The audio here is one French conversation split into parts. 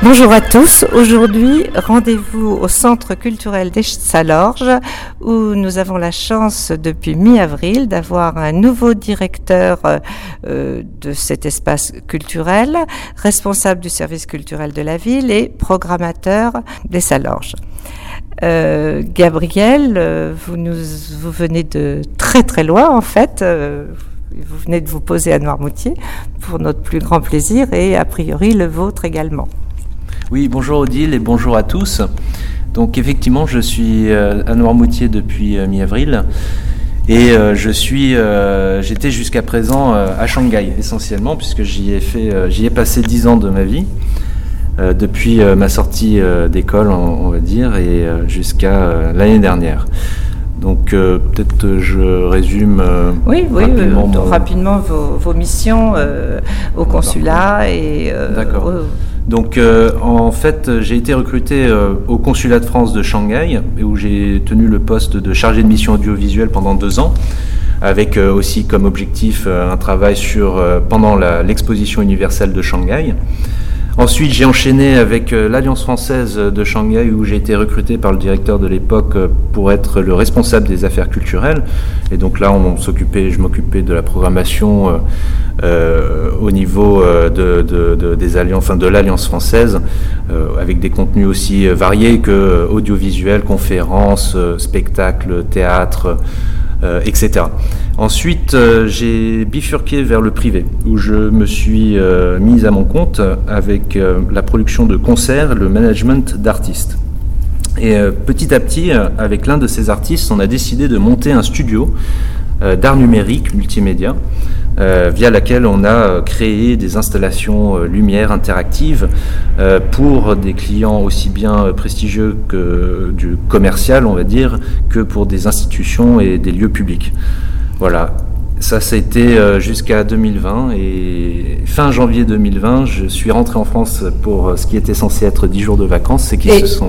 Bonjour à tous. Aujourd'hui, rendez-vous au Centre culturel des Salorges où nous avons la chance depuis mi-avril d'avoir un nouveau directeur de cet espace culturel, responsable du service culturel de la ville et programmateur des Salorges. Gabriel, vous venez de très très loin en fait. Vous venez de vous poser à Noirmoutier pour notre plus grand plaisir et a priori le vôtre également. Oui, bonjour Odile et bonjour à tous. Donc effectivement, je suis à Noirmoutier depuis mi-avril et j'étais jusqu'à présent à Shanghai essentiellement puisque j'y ai passé 10 ans de ma vie depuis ma sortie d'école, on va dire, et jusqu'à l'année dernière. Donc peut-être je résume rapidement vos missions au consulat et d'accord. Donc en fait j'ai été recruté au consulat de France de Shanghai où j'ai tenu le poste de chargé de mission audiovisuelle pendant 2 ans avec aussi comme objectif un travail pendant l'exposition universelle de Shanghai. Ensuite, j'ai enchaîné avec l'Alliance française de Shanghai où j'ai été recruté par le directeur de l'époque pour être le responsable des affaires culturelles. Et donc là, je m'occupais de la programmation au niveau de l'Alliance française avec des contenus aussi variés que audiovisuels, conférences, spectacles, théâtre, etc. Ensuite, j'ai bifurqué vers le privé, où je me suis mis à mon compte avec la production de concerts, le management d'artistes. Et petit à petit, avec l'un de ces artistes, on a décidé de monter un studio d'art numérique multimédia, via laquelle on a créé des installations lumière interactives pour des clients aussi bien prestigieux que du commercial, on va dire, que pour des institutions et des lieux publics. Voilà, ça a été jusqu'à 2020 et fin janvier 2020, je suis rentré en France pour ce qui était censé être 10 jours de vacances et qui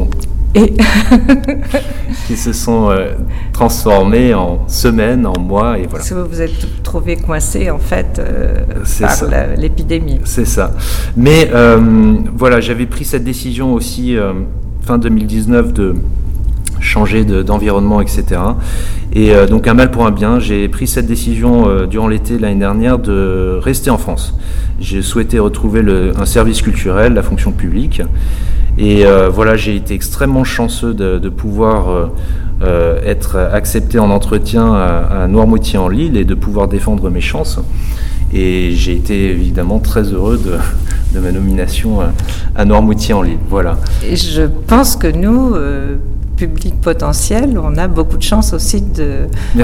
se sont transformés en semaines, en mois, et voilà. Parce que vous vous êtes trouvé coincé en fait par l'épidémie. C'est ça. Mais voilà, j'avais pris cette décision aussi fin 2019 de changer d'environnement, etc. Et donc un mal pour un bien, j'ai pris cette décision durant l'été l'année dernière de rester en France. J'ai souhaité retrouver un service culturel, la fonction publique. Et voilà, j'ai été extrêmement chanceux de pouvoir être accepté en entretien à Noirmoutier-en-l'Île et de pouvoir défendre mes chances. Et j'ai été évidemment très heureux de ma nomination à Noirmoutier-en-l'Île. Voilà. Et je pense que nous, public potentiel, on a beaucoup de chance aussi de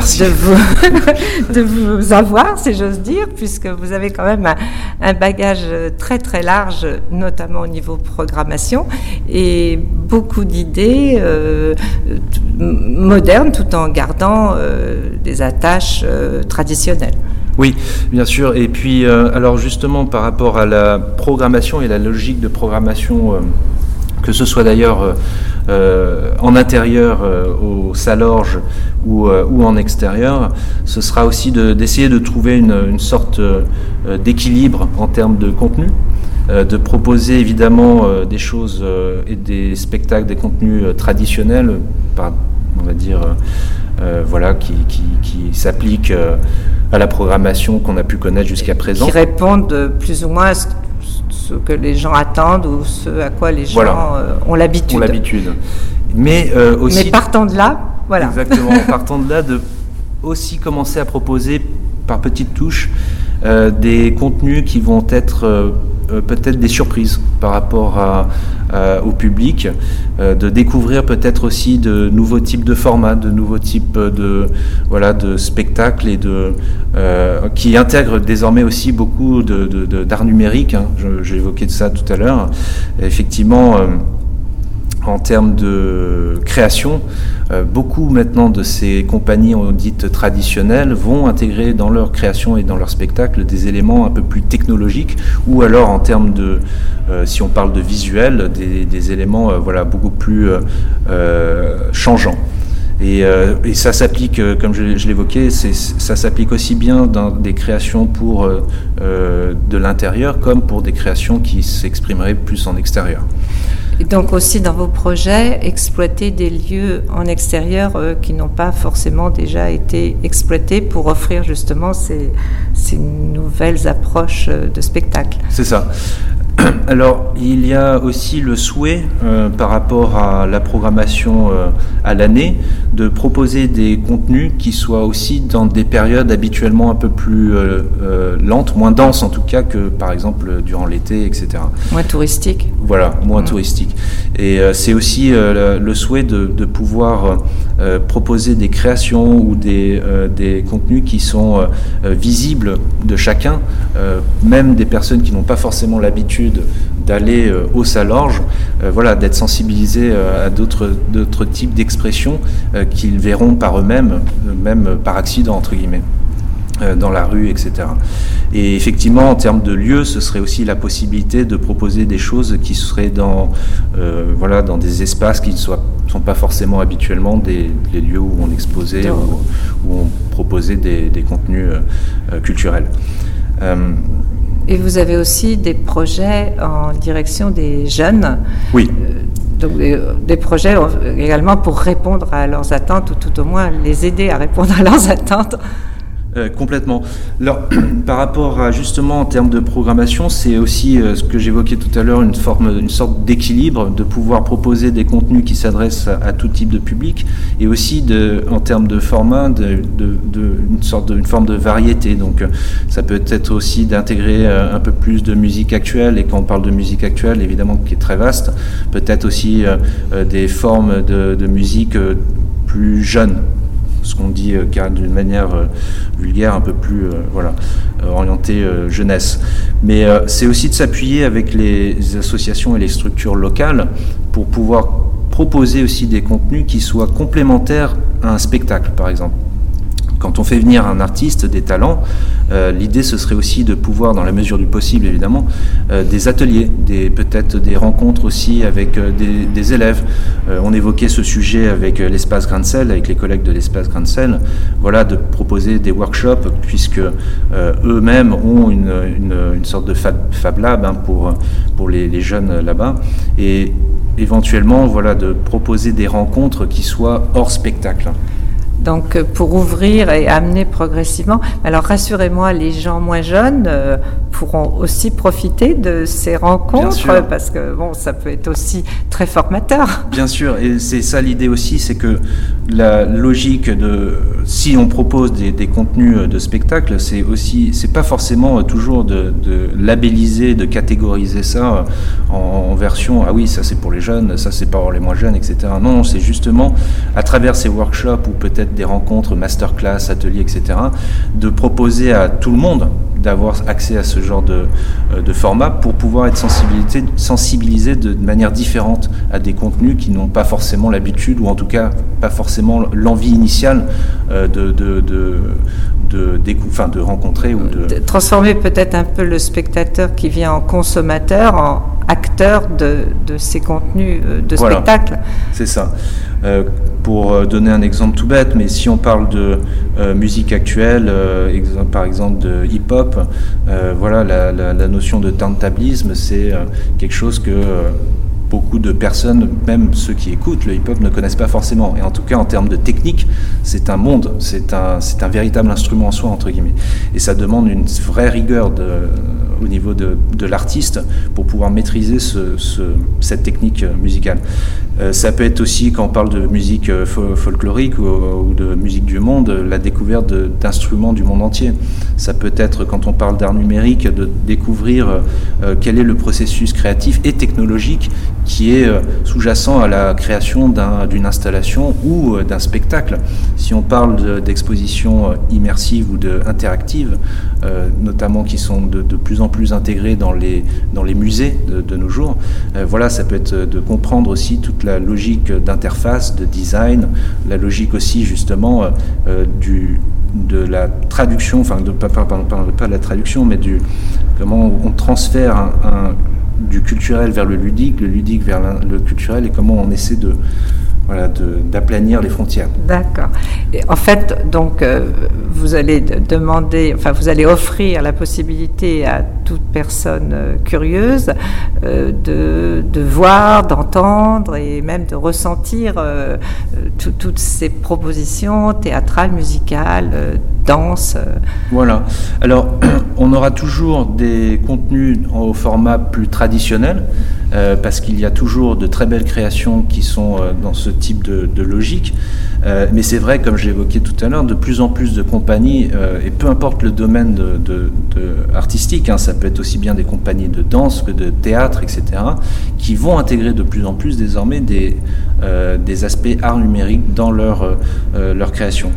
vous avoir, si j'ose dire, puisque vous avez quand même un bagage très très large, notamment au niveau programmation, et beaucoup d'idées modernes tout en gardant des attaches traditionnelles. Oui, bien sûr. Et puis, alors justement, par rapport à la programmation et la logique de programmation, que ce soit d'ailleurs en intérieur aux Salorges ou en extérieur, ce sera aussi d'essayer de trouver une sorte d'équilibre en termes de contenu, de proposer évidemment des choses et des spectacles, des contenus traditionnels, on va dire, voilà, qui s'appliquent à la programmation qu'on a pu connaître jusqu'à présent. Qui répondent plus ou moins à ce que les gens attendent ou ce à quoi les gens ont l'habitude. Mais partant de là, voilà. Exactement, partant de là, de aussi commencer à proposer par petites touches des contenus qui vont être peut-être des surprises par rapport au public, de découvrir peut-être aussi de nouveaux types de formats, de nouveaux types de spectacles et qui intègrent désormais aussi beaucoup d'art numérique. J'ai évoqué ça tout à l'heure. Effectivement, en termes de création, beaucoup maintenant de ces compagnies dites traditionnelles vont intégrer dans leur création et dans leur spectacle des éléments un peu plus technologiques ou alors en termes de, si on parle de visuel, des éléments beaucoup plus changeants. Et ça s'applique, comme je l'évoquais, ça s'applique aussi bien dans des créations pour de l'intérieur comme pour des créations qui s'exprimeraient plus en extérieur. Et donc aussi dans vos projets, exploiter des lieux en extérieur qui n'ont pas forcément déjà été exploités pour offrir justement ces nouvelles approches de spectacle. C'est ça. Alors, il y a aussi le souhait, par rapport à la programmation à l'année, de proposer des contenus qui soient aussi dans des périodes habituellement un peu plus lentes, moins denses en tout cas que par exemple durant l'été, etc. Moins touristique. Voilà, moins touristique. Et c'est aussi le souhait de pouvoir proposer des créations ou des contenus qui sont visibles de chacun, même des personnes qui n'ont pas forcément l'habitude d'aller au Salorge, voilà, d'être sensibilisés à d'autres types d'expressions qu'ils verront par eux-mêmes, même par accident entre guillemets, dans la rue, etc. Et effectivement, en termes de lieux, ce serait aussi la possibilité de proposer des choses qui seraient dans des espaces qui ne sont pas forcément habituellement les lieux où on exposait ou où on proposait des contenus culturels. Et vous avez aussi des projets en direction des jeunes. Oui. Donc des projets également pour répondre à leurs attentes, ou tout au moins les aider à répondre à leurs attentes. Complètement. Alors, par rapport à justement en termes de programmation, c'est aussi ce que j'évoquais tout à l'heure, une sorte d'équilibre, de pouvoir proposer des contenus qui s'adressent à tout type de public, et aussi en termes de format, une forme de variété. Donc, ça peut être aussi d'intégrer un peu plus de musique actuelle, et quand on parle de musique actuelle, évidemment, qui est très vaste, peut-être aussi des formes de musique plus jeunes. Ce qu'on dit d'une manière vulgaire, un peu plus orientée jeunesse. Mais c'est aussi de s'appuyer avec les associations et les structures locales pour pouvoir proposer aussi des contenus qui soient complémentaires à un spectacle, par exemple. Quand on fait venir un artiste, des talents, l'idée ce serait aussi de pouvoir, dans la mesure du possible évidemment, des ateliers, peut-être des rencontres aussi avec des élèves. On évoquait ce sujet avec l'espace Grain de Sel, avec les collègues de l'espace Grain de Sel, voilà, de proposer des workshops, puisque eux-mêmes ont une sorte de Fab Lab pour les jeunes là-bas, et éventuellement voilà, de proposer des rencontres qui soient hors spectacle. Donc pour ouvrir et amener progressivement. Alors rassurez-moi, les gens moins jeunes pourront aussi profiter de ces rencontres, parce que bon, ça peut être aussi très formateur. Bien sûr, et c'est ça l'idée aussi, c'est que la logique si on propose des contenus de spectacle, c'est pas forcément toujours de labelliser, de catégoriser ça en version ah oui, ça c'est pour les jeunes, ça c'est pour les moins jeunes, etc. Non, c'est justement à travers ces workshops ou peut-être des rencontres, masterclass, ateliers, etc., de proposer à tout le monde d'avoir accès à ce genre de format pour pouvoir être sensibilisé de manière différente à des contenus qui n'ont pas forcément l'habitude, ou en tout cas pas forcément l'envie initiale de rencontrer ou de transformer peut-être un peu le spectateur qui vient en consommateur en acteur de ces contenus de spectacle. C'est ça. Pour donner un exemple tout bête, mais si on parle de musique actuelle, par exemple de hip-hop, la notion de turntablisme, c'est quelque chose que beaucoup de personnes, même ceux qui écoutent le hip-hop, ne connaissent pas forcément. Et en tout cas, en termes de technique, c'est un monde, c'est un véritable instrument en soi, entre guillemets. Et ça demande une vraie rigueur au niveau de l'artiste pour pouvoir maîtriser cette technique musicale. Ça peut être aussi, quand on parle de musique folklorique ou de musique du monde, la découverte d'instruments du monde entier. Ça peut être, quand on parle d'art numérique, de découvrir quel est le processus créatif et technologique qui est sous-jacent à la création d'une installation ou d'un spectacle. Si on parle d'expositions immersives ou interactives, notamment qui sont de plus en plus intégrées dans les musées de nos jours, ça peut être de comprendre aussi toute la logique d'interface, de design, la logique aussi justement de la traduction, enfin pas de la traduction, mais comment on transfère du culturel vers le ludique vers le culturel, et comment on essaie voilà, d'aplanir les frontières. D'accord. Et en fait, donc, vous allez demander, enfin, vous allez offrir la possibilité à toute personne curieuse de voir, d'entendre et même de ressentir toutes ces propositions théâtrales, musicales, danse. Voilà. Alors, on aura toujours des contenus au format plus traditionnel, parce qu'il y a toujours de très belles créations qui sont dans ce type de logique. Mais c'est vrai, comme j'ai évoqué tout à l'heure, de plus en plus de compagnies, et peu importe le domaine artistique, hein, ça peut être aussi bien des compagnies de danse que de théâtre, etc., qui vont intégrer de plus en plus désormais des aspects art numérique dans leur création.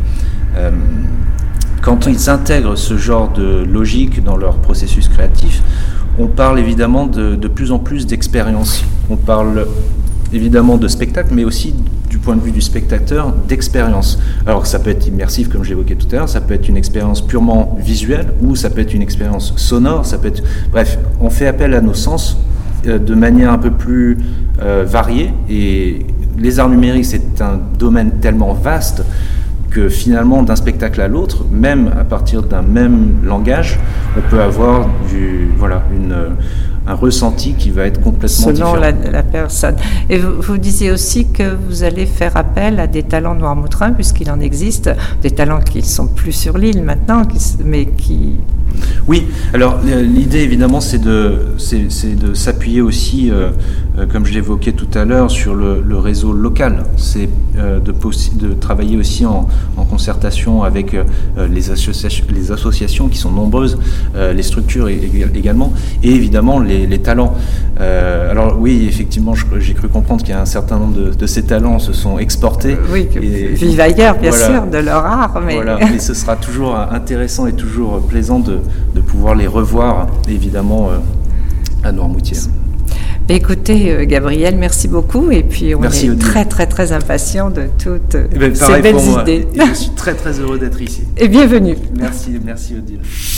Quand ils intègrent ce genre de logique dans leur processus créatif, on parle évidemment de plus en plus d'expérience. On parle évidemment de spectacle, mais aussi du point de vue du spectateur, d'expérience. Alors ça peut être immersif, comme j'évoquais tout à l'heure, ça peut être une expérience purement visuelle, ou ça peut être une expérience sonore, ça peut être... Bref, on fait appel à nos sens de manière un peu plus variée, et les arts numériques, c'est un domaine tellement vaste que finalement, d'un spectacle à l'autre, même à partir d'un même langage, on peut avoir un ressenti qui va être complètement différent. Selon la personne. Et vous disiez aussi que vous allez faire appel à des talents noirmoutrins, puisqu'il en existe, des talents qui ne sont plus sur l'île maintenant, mais qui... Oui, alors l'idée évidemment c'est de s'appuyer aussi, comme je l'évoquais tout à l'heure, sur le réseau local. C'est de travailler aussi en concertation avec les associations qui sont nombreuses, les structures également, et évidemment les talents. Alors oui, effectivement, j'ai cru comprendre qu'il y a un certain nombre de ces talents se sont exportés. Oui, vivent ailleurs, bien sûr, de leur art. Mais... Voilà, mais ce sera toujours intéressant et toujours plaisant de pouvoir les revoir, évidemment, à Noirmoutier. Écoutez, Gabriel, merci beaucoup. Et puis, on est Odile. très, très, très impatients de toutes ces belles idées. Et je suis très, très heureux d'être ici. Et bienvenue. Merci Odile.